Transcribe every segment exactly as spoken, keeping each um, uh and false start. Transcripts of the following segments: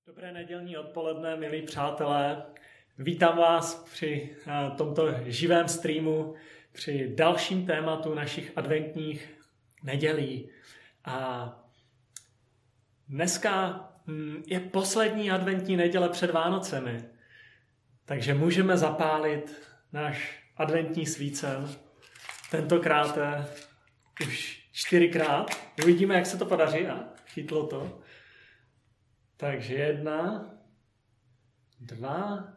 Dobré nedělní odpoledne, milí přátelé. Vítám vás při tomto živém streamu, při dalším tématu našich adventních nedělí. A dneska je poslední adventní neděle před Vánocemi, takže můžeme zapálit náš adventní svícen. Tentokrát už čtyřikrát. Uvidíme, jak se to podaří. A chytlo to. Takže jedna, dva,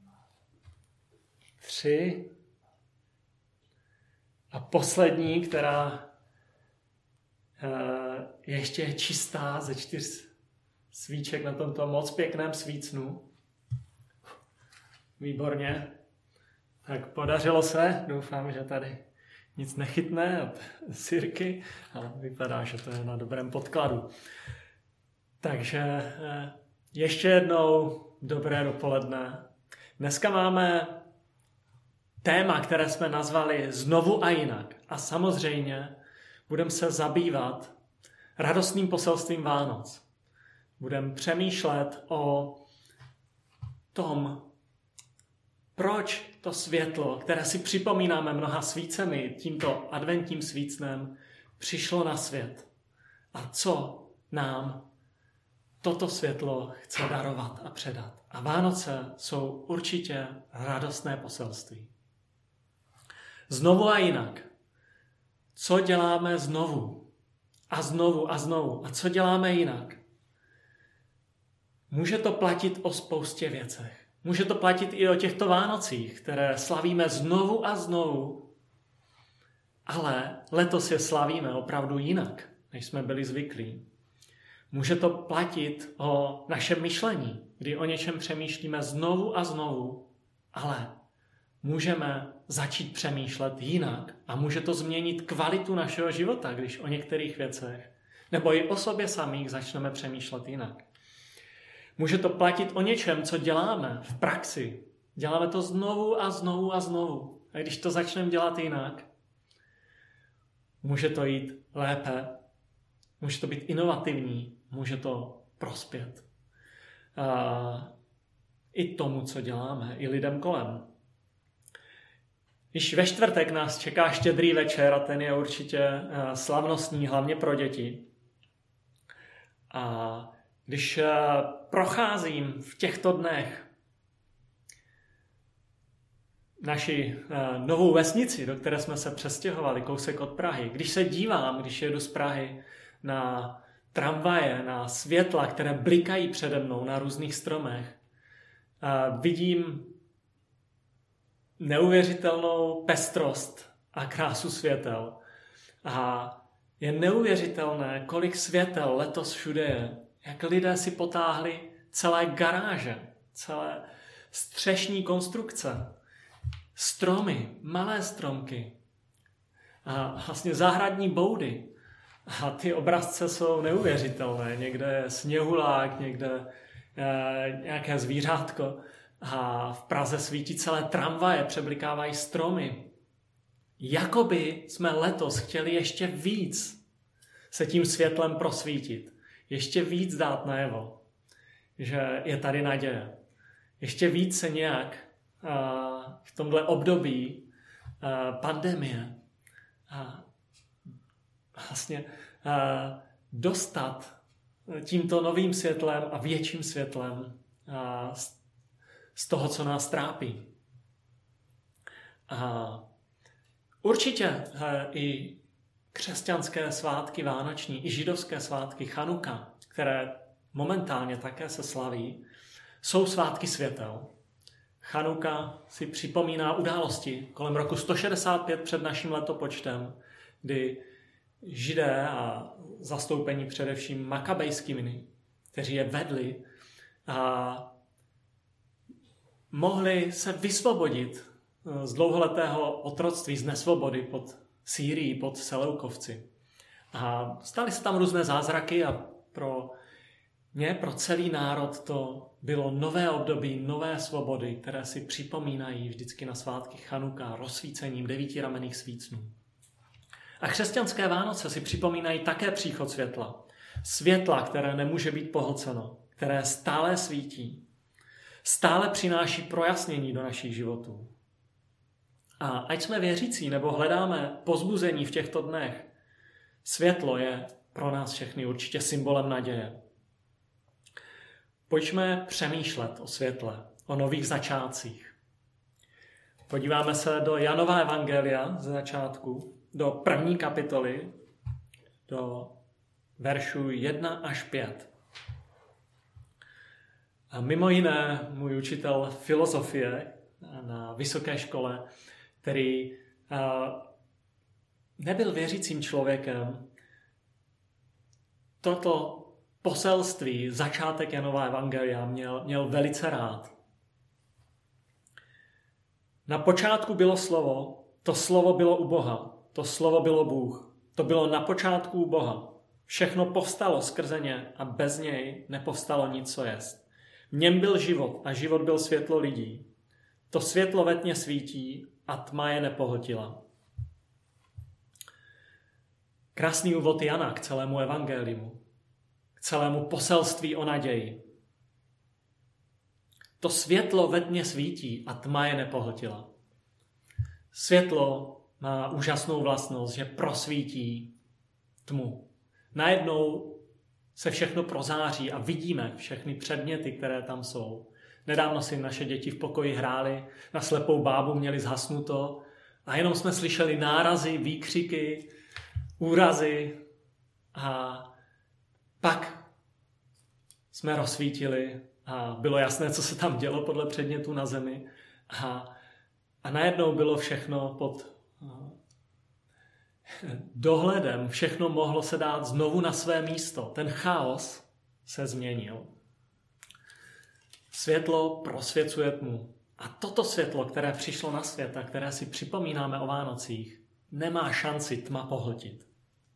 tři a poslední, která je ještě čistá ze čtyř svíček na tomto moc pěkném svícnu. Výborně. Tak podařilo se. Doufám, že tady nic nechytne od sirky, ale vypadá, že to je na dobrém podkladu. Takže ještě jednou dobré dopoledne. Dneska máme téma, které jsme nazvali Znovu a jinak. A samozřejmě budeme se zabývat radostným poselstvím Vánoc. Budeme přemýšlet o tom, proč to světlo, které si připomínáme mnoha svícemi, tímto adventním svícnem, přišlo na svět. A co nám toto světlo chce darovat a předat. A Vánoce jsou určitě radostné poselství. Znovu a jinak. Co děláme znovu? A znovu a znovu. A co děláme jinak? Může to platit o spoustě věcech. Může to platit i o těchto Vánocích, které slavíme znovu a znovu. Ale letos je slavíme opravdu jinak, než jsme byli zvyklí. Může to platit o našem myšlení, kdy o něčem přemýšlíme znovu a znovu, ale můžeme začít přemýšlet jinak a může to změnit kvalitu našeho života, když o některých věcech nebo i o sobě samých začneme přemýšlet jinak. Může to platit o něčem, co děláme v praxi. Děláme to znovu a znovu a znovu. A když to začneme dělat jinak, může to jít lépe, může to být inovativní, může to prospět a i tomu, co děláme, i lidem kolem. Již ve čtvrtek nás čeká štědrý večer a ten je určitě slavnostní, hlavně pro děti. A když procházím v těchto dnech naši novou vesnici, do které jsme se přestěhovali, kousek od Prahy, když se dívám, když jedu z Prahy na tramvaje, na světla, které blikají přede mnou na různých stromech, a vidím neuvěřitelnou pestrost a krásu světel. A je neuvěřitelné, kolik světel letos všude je. Jak lidé si potáhli celé garáže, celé střešní konstrukce, stromy, malé stromky a vlastně zahradní boudy. A ty obrazce jsou neuvěřitelné. Někde je sněhulák, někde e, nějaké zvířátko. A v Praze svítí celé tramvaje, přeblikávají stromy. Jakoby jsme letos chtěli ještě víc se tím světlem prosvítit. Ještě víc dát najevo, že je tady naděje. Ještě víc se nějak a, v tomhle období a, pandemie a, vlastně a, dostat tímto novým světlem a větším světlem a, z, z toho, co nás trápí. A, určitě a, i křesťanské svátky vánoční, i židovské svátky Chanuka, které momentálně také se slaví, jsou svátky světel. Chanuka si připomíná události kolem roku sto šedesát pět před naším letopočtem, kdy Židé a zastoupení především makabejskými, kteří je vedli, a mohli se vysvobodit z dlouholetého otroctví, z nesvobody pod Sýrii, pod Seleukovci. A staly se tam různé zázraky a pro ně, pro celý národ to bylo nové období, nové svobody, které si připomínají vždycky na svátky Chanuka rozsvícením devíti ramenných svícnů. A křesťanské Vánoce si připomínají také příchod světla. Světla, které nemůže být pohlceno, které stále svítí, stále přináší projasnění do našich životů. A ať jsme věřící nebo hledáme povzbuzení v těchto dnech, světlo je pro nás všechny určitě symbolem naděje. Pojďme přemýšlet o světle, o nových začátcích. Podíváme se do Janova evangelia ze začátku, do první kapitoly, do veršů jedna až pět. A mimo jiné můj učitel filozofie na vysoké škole, který nebyl věřícím člověkem, toto poselství, začátek Janova evangelia, měl, měl velice rád. Na počátku bylo slovo, to slovo bylo u Boha, to slovo bylo Bůh, to bylo na počátku u Boha. Všechno povstalo skrze ně a bez něj nepovstalo nic, co jest. V něm byl život a život byl světlo lidí. To světlo ve tmě svítí a tma je nepohltila. Krásný úvod Jana k celému evangeliu, k celému poselství o naději. To světlo ve tmě svítí a tma je nepohltila. Světlo má úžasnou vlastnost, že prosvítí tmu. Najednou se všechno prozáří a vidíme všechny předměty, které tam jsou. Nedávno si naše děti v pokoji hrály, na slepou bábu měli zhasnuto a jenom jsme slyšeli nárazy, výkřiky, úrazy a pak jsme rozsvítili a bylo jasné, co se tam dělo podle předmětů na zemi a, a najednou bylo všechno pod dohledem, všechno mohlo se dát znovu na své místo. Ten chaos se změnil. Světlo prosvěcuje tmu. A toto světlo, které přišlo na svět a které si připomínáme o Vánocích, nemá šanci tma pohltit.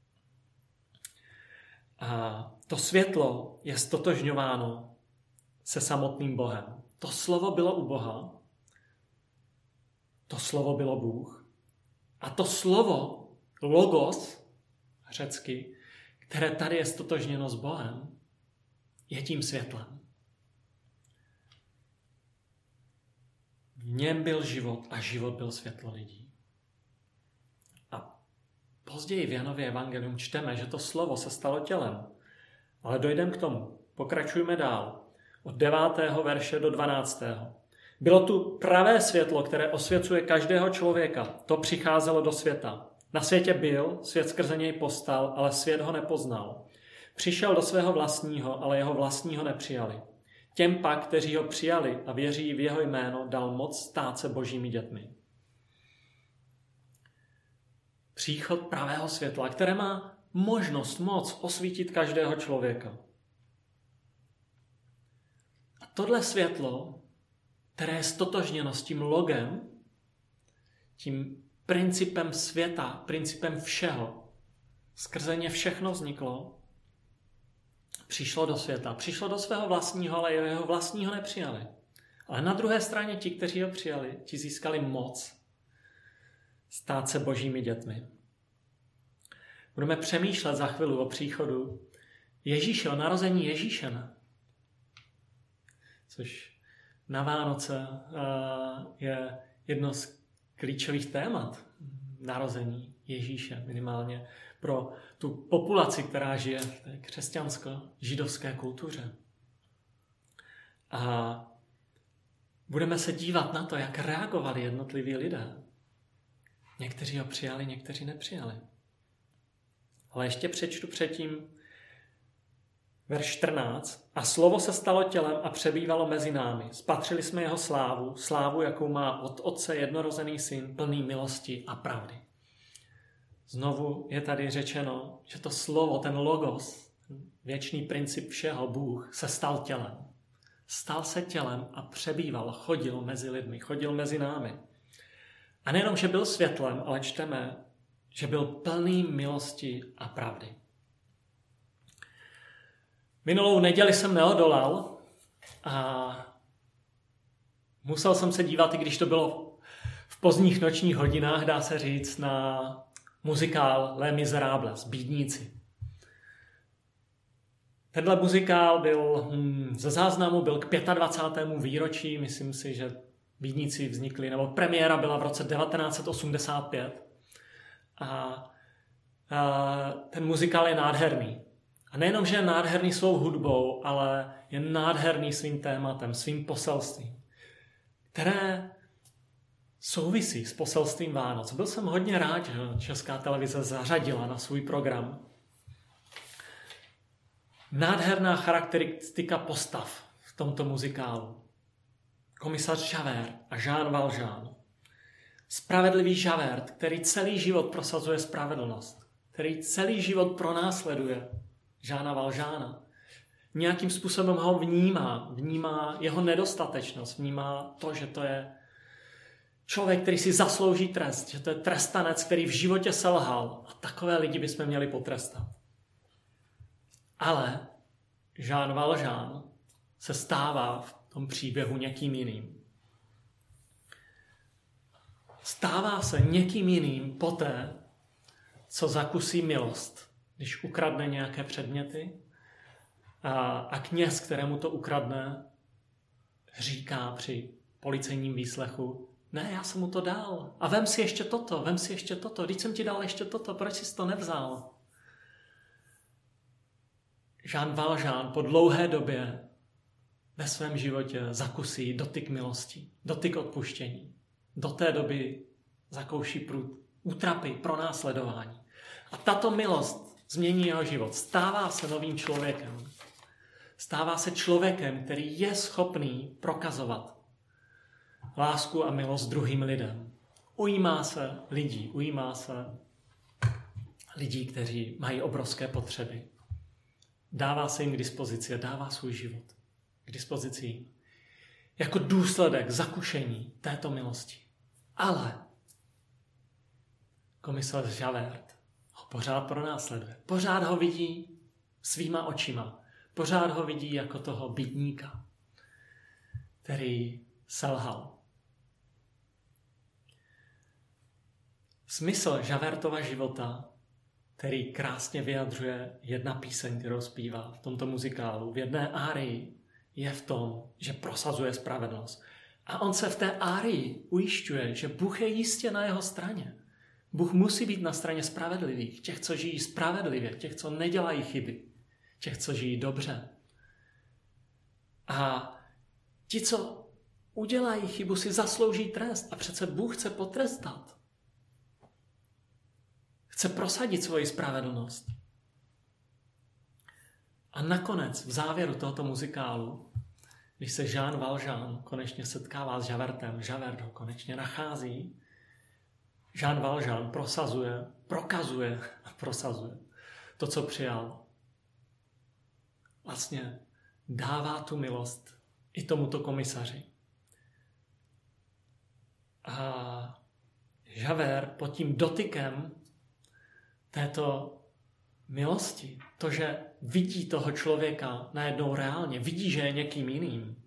A to světlo je stotožňováno se samotným Bohem. To slovo bylo u Boha, to slovo bylo Bůh. A to slovo, logos, řecky, které tady je stotožněno s Bohem, je tím světlem. V něm byl život a život byl světlo lidí. A později v Janově evangelium čteme, že to slovo se stalo tělem. Ale dojdeme k tomu. Pokračujme dál. Od devátého verše do dvanáctého. Bylo tu pravé světlo, které osvěcuje každého člověka. To přicházelo do světa. Na světě byl, svět skrze něj povstal, ale svět ho nepoznal. Přišel do svého vlastního, ale jeho vlastního nepřijali. Těm pak, kteří ho přijali a věří v jeho jméno, dal moc stát se božími dětmi. Příchod pravého světla, které má možnost, moc osvítit každého člověka. A tohle světlo, které je stotožněno s tím logem, tím principem světa, principem všeho, skrze ně všechno vzniklo, přišlo do světa. Přišlo do svého vlastního, ale jeho vlastního nepřijali. Ale na druhé straně ti, kteří ho přijali, ti získali moc stát se božími dětmi. Budeme přemýšlet za chvíli o příchodu Ježíše, o narození Ježíše. Což na Vánoce je jedno z klíčových témat narození Ježíše, minimálně pro tu populaci, která žije v té křesťansko-židovské kultuře. A budeme se dívat na to, jak reagovali jednotliví lidé. Někteří ho přijali, někteří nepřijali. Ale ještě přečtu předtím verš čtrnáct. A slovo se stalo tělem a přebývalo mezi námi. Spatřili jsme jeho slávu, slávu, jakou má od Otce jednorozený syn, plný milosti a pravdy. Znovu je tady řečeno, že to slovo, ten logos, věčný princip všeho, Bůh, se stal tělem. Stal se tělem a přebýval, chodil mezi lidmi, chodil mezi námi. A nejenom, že byl světlem, ale čteme, že byl plný milosti a pravdy. Minulou neděli jsem neodolal a musel jsem se dívat, i když to bylo v pozdních nočních hodinách, dá se říct, na muzikál Les Miserables, Bídníci. Tenhle muzikál byl hm, ze záznamu byl k dvacátému pátému výročí, myslím si, že Bídníci vznikli, nebo premiéra byla v roce devatenáct set osmdesát pět. A, a ten muzikál je nádherný. A nejenom, že je nádherný svou hudbou, ale je nádherný svým tématem, svým poselstvím, které souvisí s poselstvím Vánoc. Byl jsem hodně rád, že Česká televize zařadila na svůj program nádherná charakteristika postav v tomto muzikálu. Komisař Javert a Jean Valjean. Spravedlivý Javert, který celý život prosazuje spravedlnost, který celý život pronásleduje Jeana Valjeana. Nějakým způsobem ho vnímá, vnímá jeho nedostatečnost, vnímá to, že to je člověk, který si zaslouží trest, že to je trestanec, který v životě selhal a takové lidi bychom měli potrestat. Ale Jean Valjean se stává v tom příběhu někým jiným. Stává se někým jiným poté, co zakusí milost, když ukradne nějaké předměty a, a kněz, kterému to ukradne, říká při policejním výslechu: ne, já jsem mu to dal. A vem si ještě toto, vem si ještě toto. Vždyť jsem ti dal ještě toto, proč jsi to nevzal? Jean Valjean po dlouhé době ve svém životě zakusí dotyk milosti, dotyk odpuštění. Do té doby zakouší prud útrapy, pronásledování. A tato milost změní jeho život. Stává se novým člověkem. Stává se člověkem, který je schopný prokazovat lásku a milost druhým lidem. Ujímá se lidí, ujímá se lidí, kteří mají obrovské potřeby. Dává se jim k dispozici a dává svůj život k dispozici jako důsledek zakušení této milosti. Ale komisař Javert ho pořád pronásleduje. Pořád ho vidí svýma očima. Pořád ho vidí jako toho bídníka, který selhal. Smysl Javertova života, který krásně vyjadřuje jedna píseň, kterou zpívá v tomto muzikálu, v jedné árii, je v tom, že prosazuje spravedlnost. A on se v té árii ujišťuje, že Bůh je jistě na jeho straně. Bůh musí být na straně spravedlivých, těch, co žijí spravedlivě, těch, co nedělají chyby, těch, co žijí dobře. A ti, co udělají chybu, si zaslouží trest a přece Bůh chce potrestat. Chce prosadit svoji spravedlnost. A nakonec, v závěru tohoto muzikálu, když se Jean Valjean konečně setkává s Javertem, Javert ho konečně nachází, Jean Valjean prosazuje, prokazuje a prosazuje to, co přijal. Vlastně dává tu milost i tomuto komisaři. A Javert pod tím dotykem této milosti, to, že vidí toho člověka najednou reálně, vidí, že je někým jiným,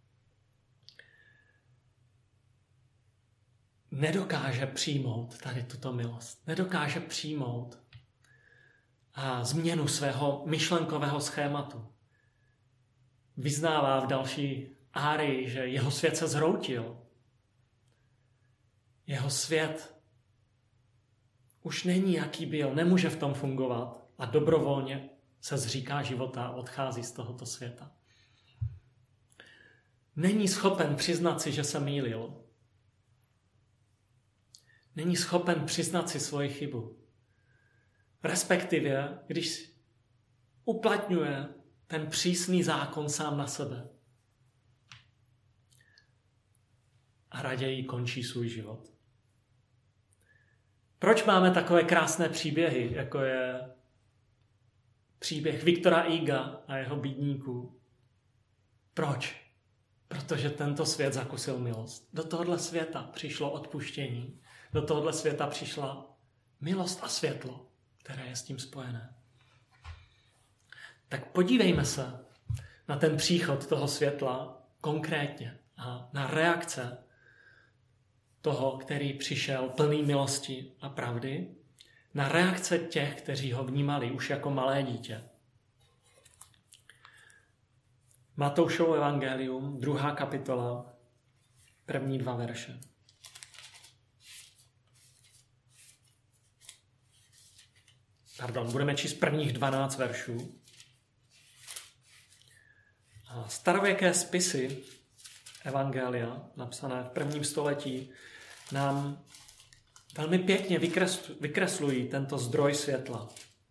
nedokáže přijmout tady tuto milost. Nedokáže přijmout a změnu svého myšlenkového schématu. Vyznává v další árii, že jeho svět se zhroutil. Jeho svět už není, jaký byl, nemůže v tom fungovat a dobrovolně se zříká života a odchází z tohoto světa. Není schopen přiznat si, že se mýlil. Není schopen přiznat si svoji chybu. Respektive, když uplatňuje ten přísný zákon sám na sebe. A raději končí svůj život. Proč máme takové krásné příběhy, jako je příběh Viktora Huga a jeho bídníků? Proč? Protože tento svět zakusil milost. Do tohohle světa přišlo odpuštění. Do tohohle světa přišla milost a světlo, které je s tím spojené. Tak podívejme se na ten příchod toho světla konkrétně a na reakce toho, který přišel plný milosti a pravdy, na reakce těch, kteří ho vnímali už jako malé dítě. Matoušovo evangelium, druhá kapitola, první dva verše. Pardon, budeme číst prvních dvanáct veršů. Starověké spisy evangelia, napsané v prvním století, nám velmi pěkně vykreslují tento zdroj světla.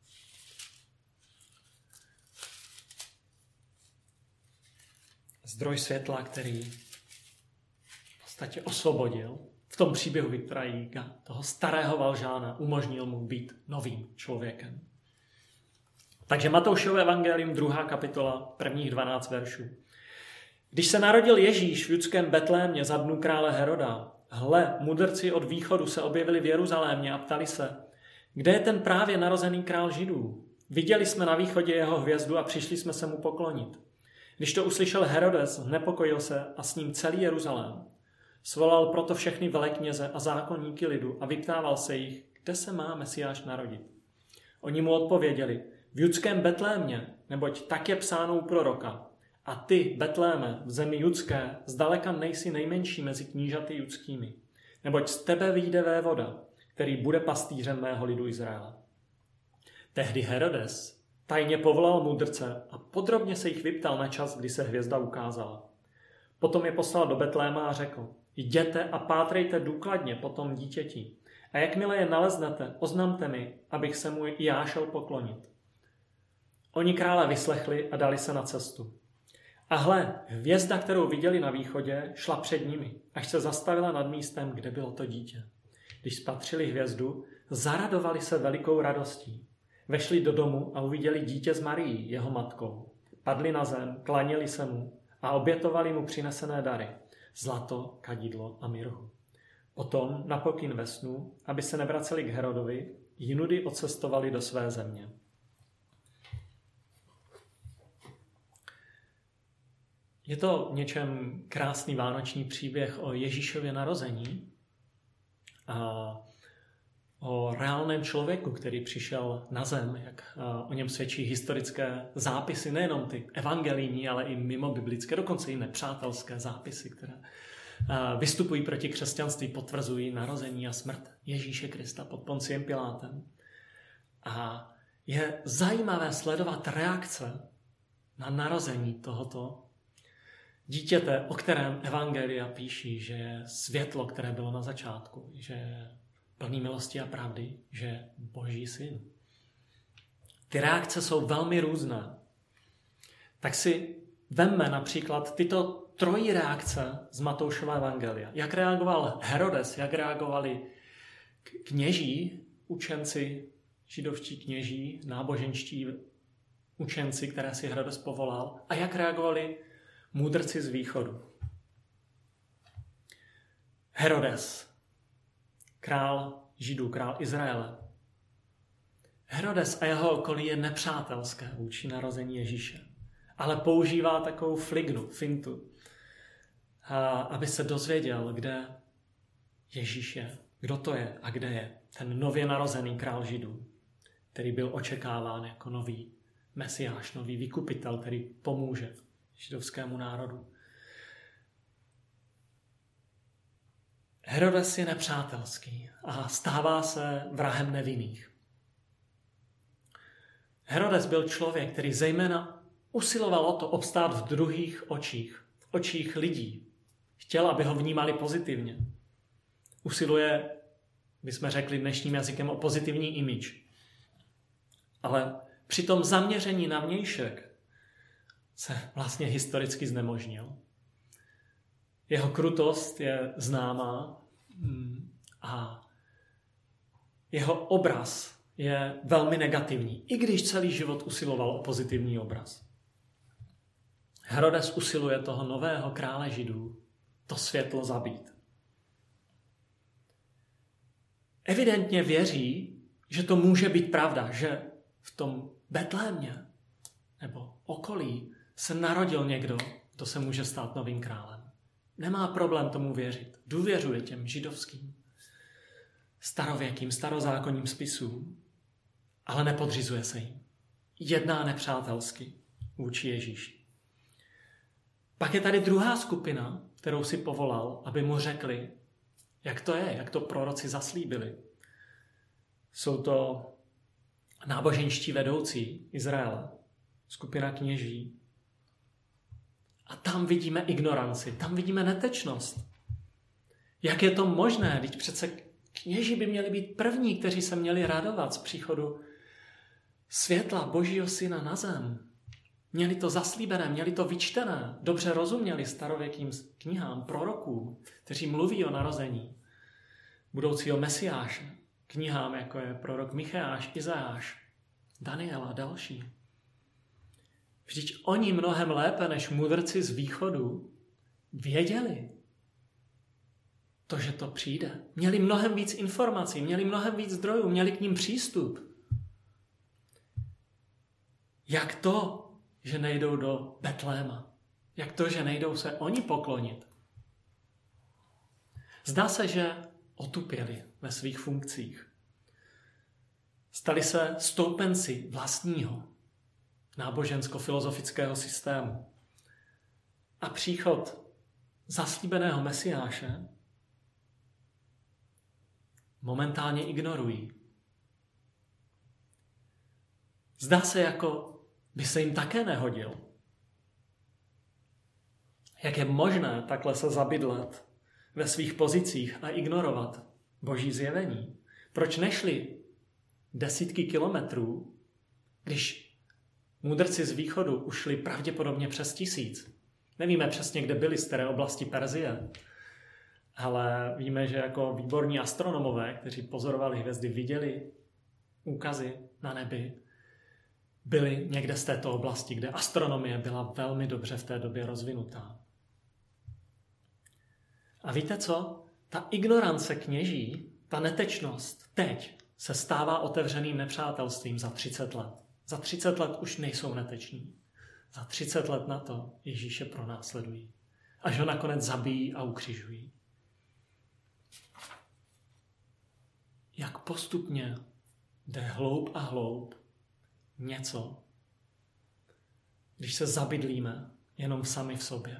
Zdroj světla, který v podstatě osvobodil v tom příběhu Viktora Jíga, toho starého Valžána, umožnil mu být novým člověkem. Takže Matoušovo evangelium, druhá kapitola, prvních dvanáct veršů. Když se narodil Ježíš v judském Betlémě za dnů krále Heroda, hle, mudrci od východu se objevili v Jeruzalémě a ptali se, kde je ten právě narozený král Židů? Viděli jsme na východě jeho hvězdu a přišli jsme se mu poklonit. Když to uslyšel Herodes, znepokojil se a s ním celý Jeruzalém. Svolal proto všechny velekněze a zákonníky lidu a vyptával se jich, kde se má Mesiáš narodit. Oni mu odpověděli, v judském Betlémě, neboť tak je psáno u proroka. A ty, Betléme, v zemi judské, zdaleka nejsi nejmenší mezi knížaty judskými. Neboť z tebe vyjde vévoda, který bude pastýřem mého lidu Izraela. Tehdy Herodes tajně povolal mudrce a podrobně se jich vyptal na čas, kdy se hvězda ukázala. Potom je poslal do Betléma a řekl, jděte a pátrejte důkladně po tom dítěti. A jakmile je naleznete, oznamte mi, abych se mu i já šel poklonit. Oni krále vyslechli a dali se na cestu. A hle, hvězda, kterou viděli na východě, šla před nimi, až se zastavila nad místem, kde bylo to dítě. Když spatřili hvězdu, zaradovali se velikou radostí. Vešli do domu a uviděli dítě s Marií, jeho matkou. Padli na zem, klaněli se mu a obětovali mu přinesené dary. Zlato, kadidlo a mirhu. Potom, na pokyn ve snu, aby se nevraceli k Herodovi, jinudy odcestovali do své země. Je to v něčem krásný vánoční příběh o Ježíšově narození a o reálném člověku, který přišel na zem, jak o něm svědčí historické zápisy, nejenom ty evangelijní, ale i mimo biblické, dokonce i nepřátelské zápisy, které vystupují proti křesťanství, potvrzují narození a smrt Ježíše Krista pod Ponciem Pilátem. A je zajímavé sledovat reakce na narození tohoto dítěte, o kterém evangelia píší, že je světlo, které bylo na začátku, že je plný milosti a pravdy, že je Boží syn. Ty reakce jsou velmi různé. Tak si vemme například tyto trojí reakce z Matoušova evangelia. Jak reagoval Herodes, jak reagovali kněží, učenci, židovští kněží, náboženští učenci, které si Herodes povolal, a jak reagovali můdrci z východu. Herodes, král Židů, král Izraele. Herodes a jeho okolí je nepřátelské vůči narození Ježíše, ale používá takovou flignu, fintu, aby se dozvěděl, kde Ježíš je, kdo to je a kde je ten nově narozený král Židů, který byl očekáván jako nový mesiáš, nový vykupitel, který pomůže židovskému národu. Herodes je nepřátelský a stává se vrahem nevinných. Herodes byl člověk, který zejména usiloval o to obstát v druhých očích, v očích lidí. Chtěl, aby ho vnímali pozitivně. Usiluje, bychom řekli dnešním jazykem, o pozitivní image. Ale při tom zaměření na vnějšek se vlastně historicky znemožnil. Jeho krutost je známá a jeho obraz je velmi negativní, i když celý život usiloval o pozitivní obraz. Herodes usiluje toho nového krále Židů to světlo zabít. Evidentně věří, že to může být pravda, že v tom Betlémě nebo okolí se narodil někdo, kdo se může stát novým králem. Nemá problém tomu věřit. Důvěřuje těm židovským, starověkým, starozákonním spisům, ale nepodřizuje se jim. Jedná nepřátelsky vůči Ježíši. Pak je tady druhá skupina, kterou si povolal, aby mu řekli, jak to je, jak to proroci zaslíbili. Jsou to náboženští vedoucí Izraele, skupina kněží. A tam vidíme ignoranci, tam vidíme netečnost. Jak je to možné, když přece kněží by měli být první, kteří se měli radovat z příchodu světla Božího syna na zem. Měli to zaslíbené, měli to vyčtené, dobře rozuměli starověkým knihám, prorokům, kteří mluví o narození budoucího Mesiáše, knihám, jako je prorok Micheáš, Izajáš, Daniel a další. Vždyť oni mnohem lépe než mudrci z východu věděli to, že to přijde. Měli mnohem víc informací, měli mnohem víc zdrojů, měli k ním přístup. Jak to, že nejdou do Betléma? Jak to, že nejdou se oni poklonit? Zdá se, že otupěli ve svých funkcích. Stali se stoupenci vlastního nábožensko-filozofického systému. A příchod zaslíbeného Mesiáše momentálně ignorují. Zdá se, jako by se jim také nehodil. Jak je možné takhle se zabydlet ve svých pozicích a ignorovat Boží zjevení? Proč nešli desítky kilometrů, když mudrci z východu ušli pravděpodobně přes tisíc? Nevíme přesně, kde byli, z které oblasti Perzie, ale víme, že jako výborní astronomové, kteří pozorovali hvězdy, viděli úkazy na nebi, byli někde z této oblasti, kde astronomie byla velmi dobře v té době rozvinutá. A víte co? Ta ignorance kněží, ta netečnost teď se stává otevřeným nepřátelstvím za třicet let. Za třicet let už nejsou neteční. Za třicet let na to Ježíše pronásledují. Až ho nakonec zabijí a ukřižují. Jak postupně jde hloub a hloub něco, když se zabydlíme jenom sami v sobě.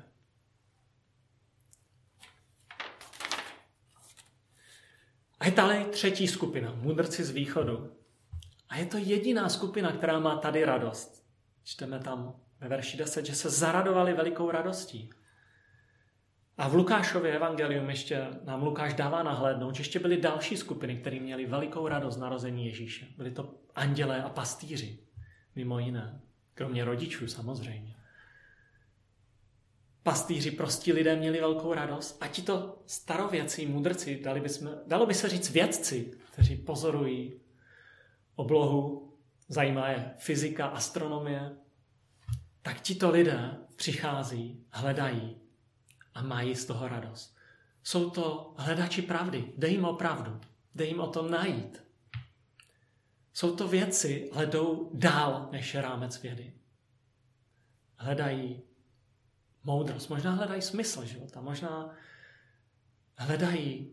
A je tady třetí skupina, mudrci z východu. A je to jediná skupina, která má tady radost. Čteme tam ve verši deset, že se zaradovali velikou radostí. A v Lukášově evangelium ještě nám Lukáš dává nahlédnout, že ještě byly další skupiny, které měly velikou radost narození Ježíše. Byli to andělé a pastýři, mimo jiné. Kromě rodičů samozřejmě. Pastýři, prostí lidé měli velkou radost a tito starověcí, mudrci, dali bychom, dalo by se říct vědci, kteří pozorují oblohu, zajímá je fyzika, astronomie, tak tito lidé přichází, hledají a mají z toho radost. Jsou to hledači pravdy, dej jim o pravdu, dej jim o to najít. Jsou to vědci, hledou dál než je rámec vědy. Hledají moudrost, možná hledají smysl života, možná hledají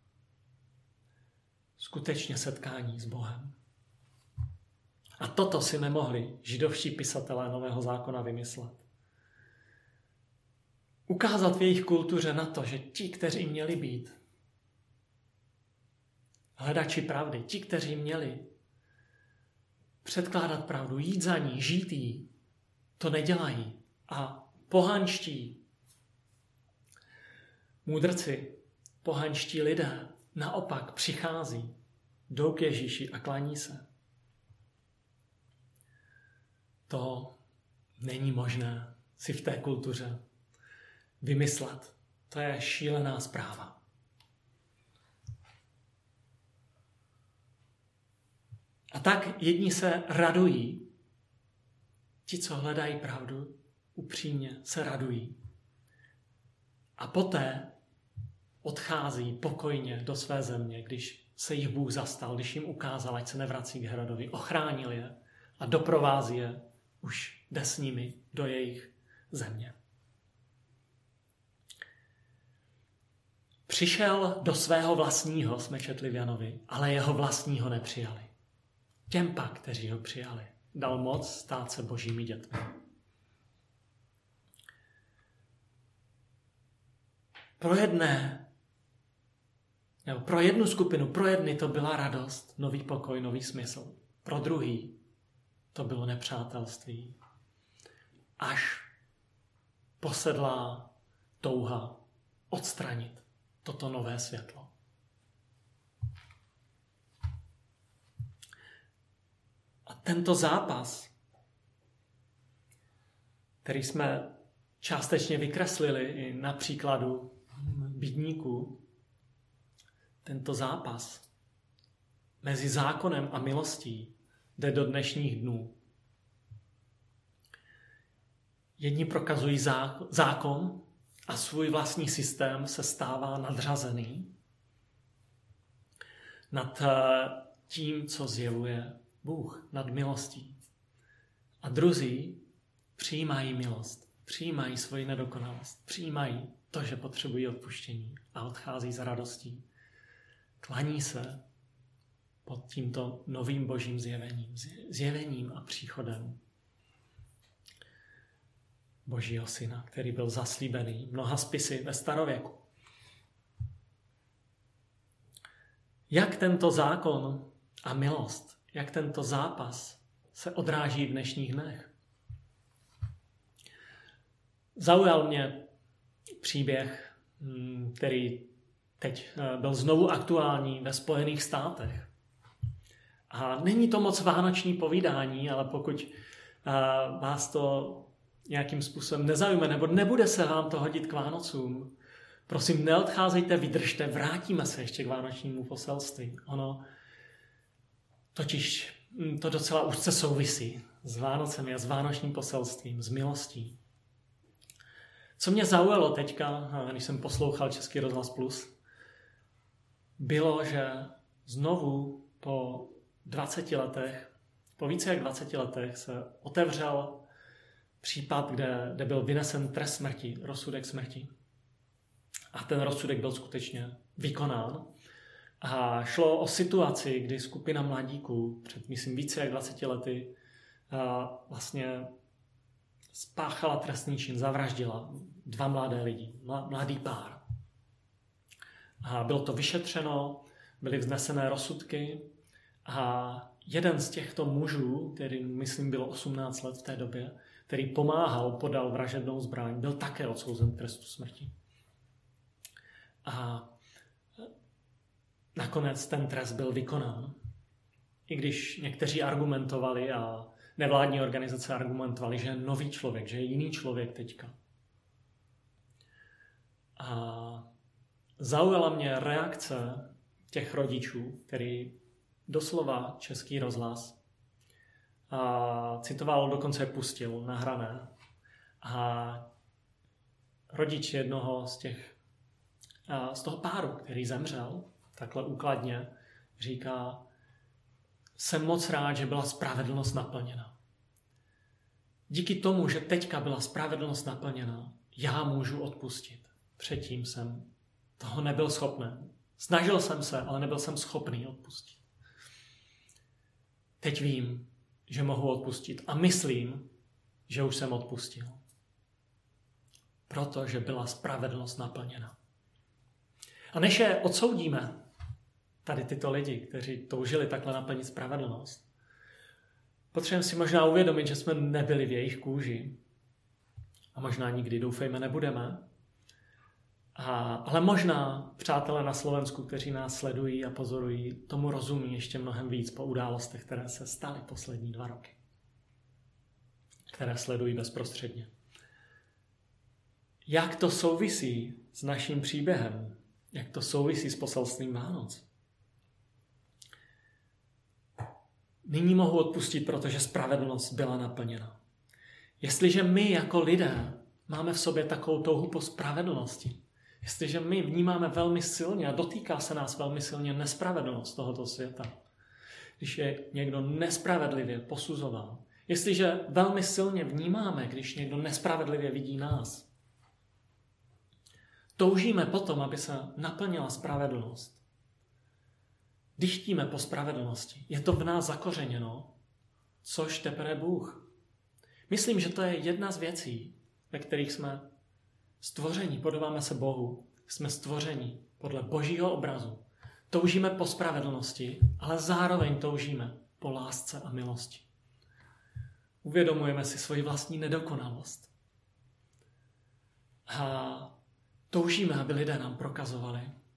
skutečně setkání s Bohem. A toto si nemohli židovští pisatelé Nového zákona vymyslet. Ukázat v jejich kultuře na to, že ti, kteří měli být hledači pravdy, ti, kteří měli předkládat pravdu, jít za ní, žít jí, to nedělají. A pohanští můdrci, pohanští lidé naopak přichází, jdou k Ježíši a klaní se. To není možné si v té kultuře vymyslet. To je šílená zpráva. A tak jedni se radují, ti, co hledají pravdu, upřímně se radují. A poté odchází pokojně do své země, když se jich Bůh zastal, když jim ukázal, ať se nevrací k Herodovi, ochránil je a doprovází je, už jde s nimi do jejich země. Přišel do svého vlastního, jsme četli v Janovi, ale jeho vlastního nepřijali. Těm pak, kteří ho přijali, dal moc stát se božími dětmi. Pro jedné, nebo pro jednu skupinu, pro jedny to byla radost, nový pokoj, nový smysl. Pro druhý to bylo nepřátelství. Až posedlá touha odstranit toto nové světlo. A tento zápas, který jsme částečně vykreslili i na příkladu bídníků, tento zápas mezi zákonem a milostí jde do dnešních dnů. Jedni prokazují zákon a svůj vlastní systém se stává nadřazený nad tím, co zjevuje Bůh, nad milostí. A druzí přijímají milost, přijímají svoji nedokonalost, přijímají to, že potřebují odpuštění a odchází za radostí. Klaní se pod tímto novým božím zjevením, zjevením a příchodem Božího syna, který byl zaslíbený mnoha spisy ve starověku. Jak tento zákon a milost, jak tento zápas se odráží v dnešních dnech? Zaujal mě příběh, který teď byl znovu aktuální ve Spojených státech. A není to moc vánoční povídání, ale pokud vás to nějakým způsobem nezaujme, nebo nebude se vám to hodit k Vánocům, prosím, neodcházejte, vydržte, vrátíme se ještě k vánočnímu poselství. Ono totiž to docela úzce souvisí s Vánocemi a s vánočním poselstvím, s milostí. Co mě zaujalo teďka, když jsem poslouchal Český rozhlas Plus, bylo, že znovu po dvaceti letech, po více jak dvaceti letech se otevřel případ, kde, kde byl vynesen trest smrti, rozsudek smrti. A ten rozsudek byl skutečně vykonán. A šlo o situaci, kdy skupina mladíků před, myslím, více jak dvaceti lety vlastně spáchala trestný čin, zavraždila dva mladé lidi, mladý pár. A bylo to vyšetřeno, byly vznesené rozsudky a jeden z těchto mužů, který, myslím, bylo osmnáct let v té době, který pomáhal, podal vražednou zbraň, byl také odsouzen k trestu smrti. A nakonec ten trest byl vykonán. I když někteří argumentovali a nevládní organizace argumentovali, že je nový člověk, že je jiný člověk teďka. A zaujala mě reakce těch rodičů, který doslova Český rozhlas a citoval, dokonce pustil nahrané. A rodič jednoho z těch, z toho páru, který zemřel, takhle úkladně, říká: jsem moc rád, že byla spravedlnost naplněna. Díky tomu, že teďka byla spravedlnost naplněna, já můžu odpustit. Předtím jsem toho nebyl schopný. Snažil jsem se, ale nebyl jsem schopný odpustit. Teď vím, že mohu odpustit a myslím, že už jsem odpustil. Protože byla spravedlnost naplněna. A než je odsoudíme, tady tyto lidi, kteří toužili takhle naplnit spravedlnost, potřebujeme si možná uvědomit, že jsme nebyli v jejich kůži. A možná nikdy, doufejme, nebudeme. A, ale možná přátelé na Slovensku, kteří nás sledují a pozorují, tomu rozumí ještě mnohem víc po událostech, které se staly poslední dva roky. Které sledují bezprostředně. Jak to souvisí s naším příběhem? Jak to souvisí s poselstvím Vánoc? Nyní mohu odpustit, protože spravedlnost byla naplněna. Jestliže my jako lidé máme v sobě takovou touhu po spravedlnosti, jestliže my vnímáme velmi silně a dotýká se nás velmi silně nespravedlnost tohoto světa, když je někdo nespravedlivě posuzován, jestliže velmi silně vnímáme, když někdo nespravedlivě vidí nás, toužíme potom, aby se naplnila spravedlnost. Dychtíme po spravedlnosti. Je to v nás zakořeněno, což teprve Bůh. Myslím, že to je jedna z věcí, ve kterých jsme stvoření, podobáme se Bohu. Jsme stvoření podle Božího obrazu. Toužíme po spravedlnosti, ale zároveň toužíme po lásce a milosti. Uvědomujeme si svoji vlastní nedokonalost. A toužíme, aby lidé nám prokazovali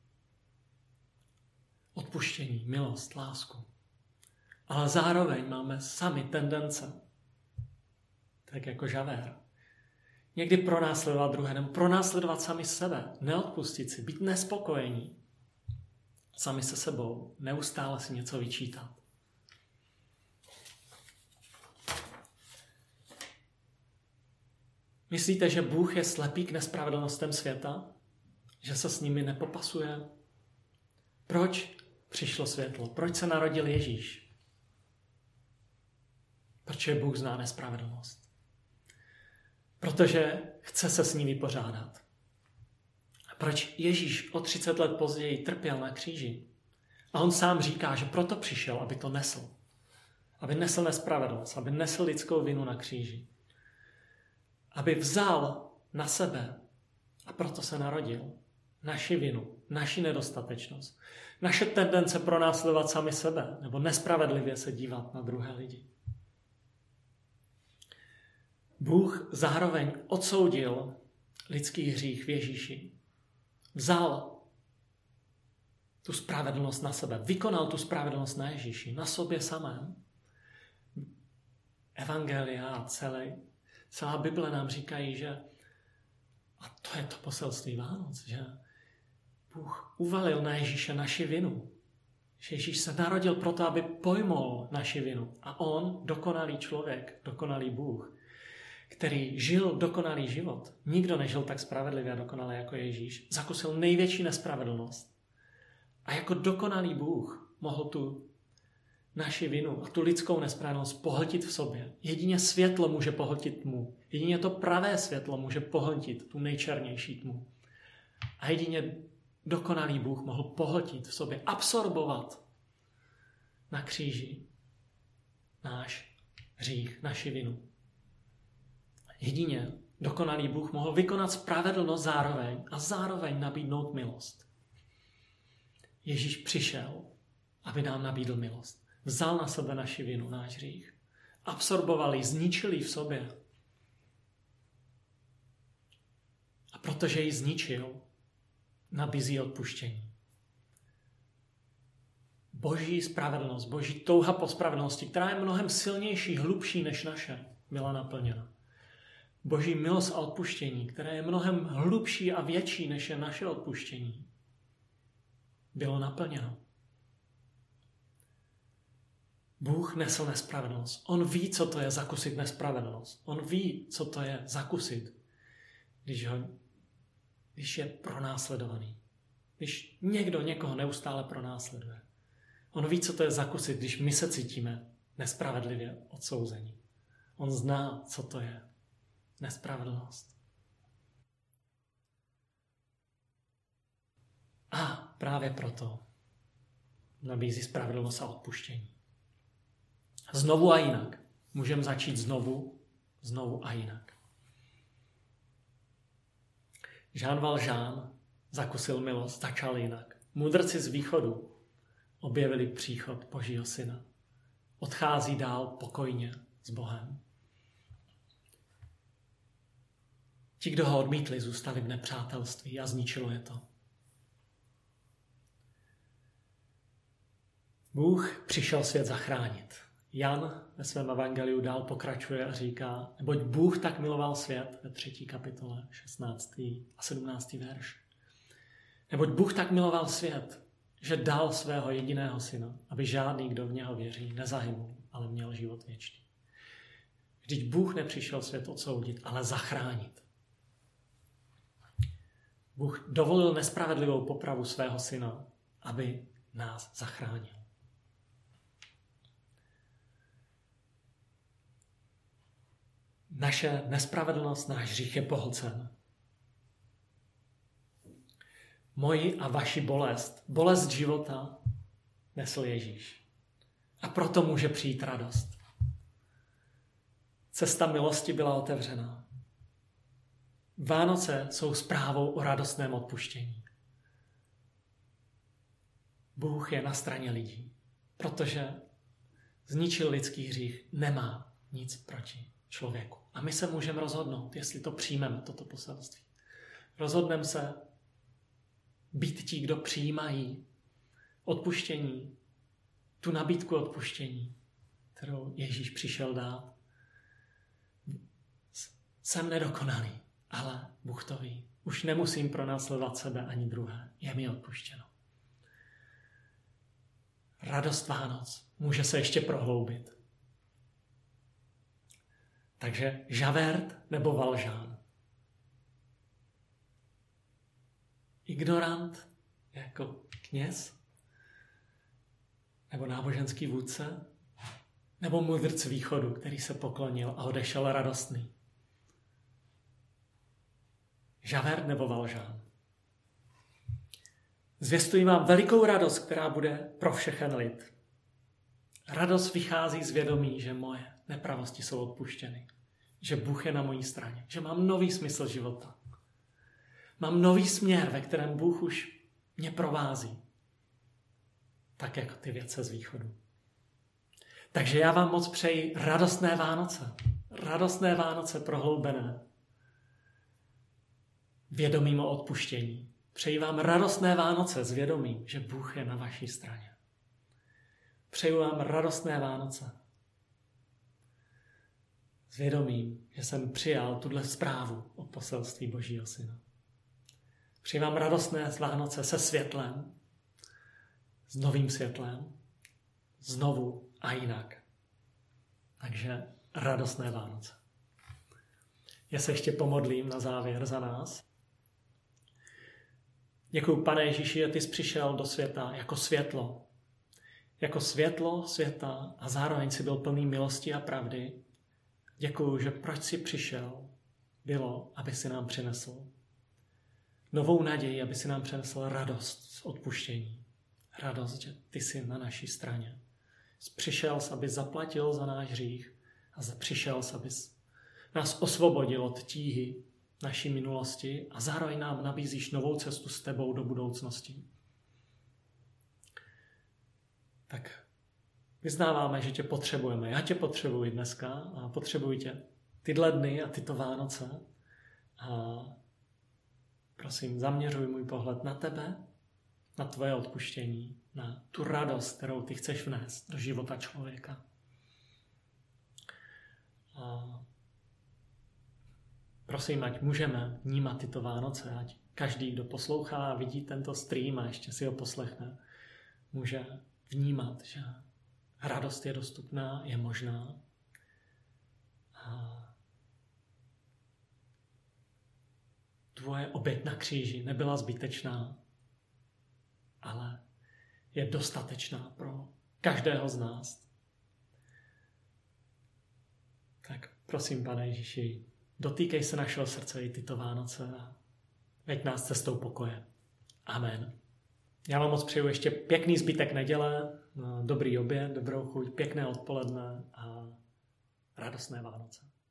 odpuštění, milost, lásku. Ale zároveň máme sami tendence, tak jako Žavér, někdy pronásledovat druhé, nebo pronásledovat sami sebe, neodpustit si, být nespokojení sami se sebou, neustále si něco vyčítat. Myslíte, že Bůh je slepý k nespravedlnostem světa? Že se s nimi nepopasuje? Proč přišlo světlo? Proč se narodil Ježíš? Protože Bůh zná nespravedlnost. Protože chce se s ní vypořádat. A proč Ježíš o třicet let později trpěl na kříži? A on sám říká, že proto přišel, aby to nesl. Aby nesl nespravedlnost, aby nesl lidskou vinu na kříži. Aby vzal na sebe, a proto se narodil, naši vinu, naši nedostatečnost, naše tendence pronásledovat sami sebe, nebo nespravedlivě se dívat na druhé lidi. Bůh zároveň odsoudil lidský hřích v Ježíši. Vzal tu spravedlnost na sebe, vykonal tu spravedlnost na Ježíši, na sobě samém. Evangelia a celý, celá Bible nám říkají, že a to je to poselství Vánoc, že Bůh uvalil na Ježíše naši vinu. Že Ježíš se narodil proto, aby pojmul naši vinu. A on, dokonalý člověk, dokonalý Bůh, který žil dokonalý život, nikdo nežil tak spravedlivě a dokonale jako Ježíš, zakusil největší nespravedlnost. A jako dokonalý Bůh mohl tu naši vinu a tu lidskou nespravedlnost pohltit v sobě. Jedině světlo může pohltit tmu. Jedině to pravé světlo může pohltit tu nejčernější tmu. A jedině dokonalý Bůh mohl pohltit v sobě, absorbovat na kříži náš hřích, naši vinu. Jedině dokonalý Bůh mohl vykonat spravedlnost zároveň a zároveň nabídnout milost. Ježíš přišel, aby nám nabídl milost. Vzal na sebe naši vinu, náš hřích. Absorboval ji, zničil ji v sobě. A protože ji zničil, nabízí odpuštění. Boží spravedlnost, boží touha po spravedlnosti, která je mnohem silnější, hlubší než naše, byla naplněna. Boží milost a odpuštění, které je mnohem hlubší a větší než je naše odpuštění, bylo naplněno. Bůh nesl nespravedlnost. On ví, co to je zakusit nespravedlnost. On ví, co to je zakusit, když, ho, když je pronásledovaný. Když někdo někoho neustále pronásleduje. On ví, co to je zakusit, když my se cítíme nespravedlivě odsouzení. On zná, co to je nespravedlnost. A právě proto nabízí spravedlnost a odpuštění. Znovu a jinak. Můžeme začít znovu, znovu a jinak. Jean Valjean zakusil milost, začal jinak. Mudrci z východu objevili příchod Božího syna. Odchází dál pokojně s Bohem. Ti, kdo ho odmítli, zůstali v nepřátelství a zničilo je to. Bůh přišel svět zachránit. Jan ve svém evangeliu dál pokračuje a říká, neboť Bůh tak miloval svět ve třetí kapitole, šestnáctý a sedmnáctý verš. Neboť Bůh tak miloval svět, že dal svého jediného syna, aby žádný, kdo v něho věří, nezahynul, ale měl život věčný. Vždyť Bůh nepřišel svět odsoudit, ale zachránit. Bůh dovolil nespravedlivou popravu svého syna, aby nás zachránil. Naše nespravedlnost, náš hřích je pohlcen. Moji a vaši bolest, bolest života, nesl Ježíš. A proto může přijít radost. Cesta milosti byla otevřená. Vánoce jsou zprávou o radostném odpuštění. Bůh je na straně lidí, protože zničil lidský hřích, nemá nic proti člověku. A my se můžeme rozhodnout, jestli to přijmeme, toto poselství. Rozhodneme se být ti, kdo přijímají odpuštění, tu nabídku odpuštění, kterou Ježíš přišel dát. Jsem nedokonalý, ale Bůh to ví. Už nemusím pronásledovat sebe ani druhé. Je mi odpuštěno. Radost Vánoc může se ještě prohloubit. Takže Javert nebo Valžán. Ignorant jako kněz nebo náboženský vůdce nebo mudrc východu, který se poklonil a odešel radostný. Javert nebo Valžán. Zvěstuji vám velikou radost, která bude pro všechen lid. Radost vychází z vědomí, že moje nepravosti jsou odpuštěny. Že Bůh je na mojí straně. Že mám nový smysl života. Mám nový směr, ve kterém Bůh už mě provází. Tak jako ty vědce z východu. Takže já vám moc přeji radostné Vánoce. Radostné Vánoce prohloubené vědomím o odpuštění. Přeji vám radostné Vánoce s vědomím, že Bůh je na vaší straně. Přeji vám radostné Vánoce s vědomím, že jsem přijal tuhle zprávu o poselství Božího Syna. Přeji vám radostné Vánoce se světlem, s novým světlem, znovu a jinak. Takže radostné Vánoce. Já se ještě pomodlím na závěr za nás. Děkuju, Pane Ježíši, že ty jsi přišel do světa jako světlo. Jako světlo světa a zároveň jsi byl plný milosti a pravdy. Děkuju, že proč jsi přišel, bylo, aby si nám přinesl novou naději, aby si nám přinesl radost z odpuštění. Radost, že ty jsi na naší straně. Jsi přišel, aby zaplatil za náš hřích a přišel, aby nás osvobodil od tíhy naší minulosti a zároveň nám nabízíš novou cestu s tebou do budoucnosti. Tak vyznáváme, že tě potřebujeme. Já tě potřebuji dneska a potřebuji tě tyhle dny a tyto Vánoce. A prosím, zaměřuj můj pohled na tebe, na tvoje odpuštění, na tu radost, kterou ty chceš vnést do života člověka. A prosím, ať můžeme vnímat tyto Vánoce, ať každý, kdo poslouchá a vidí tento stream a ještě si ho poslechne, může vnímat, že radost je dostupná, je možná. A tvoje oběť na kříži nebyla zbytečná, ale je dostatečná pro každého z nás. Tak prosím, Pane Ježíši, dotýkej se našeho srdce i tyto Vánoce a veď nás cestou pokoje. Amen. Já vám moc přeju ještě pěkný zbytek neděle, dobrý oběd, dobrou chuť, pěkné odpoledne a radostné Vánoce.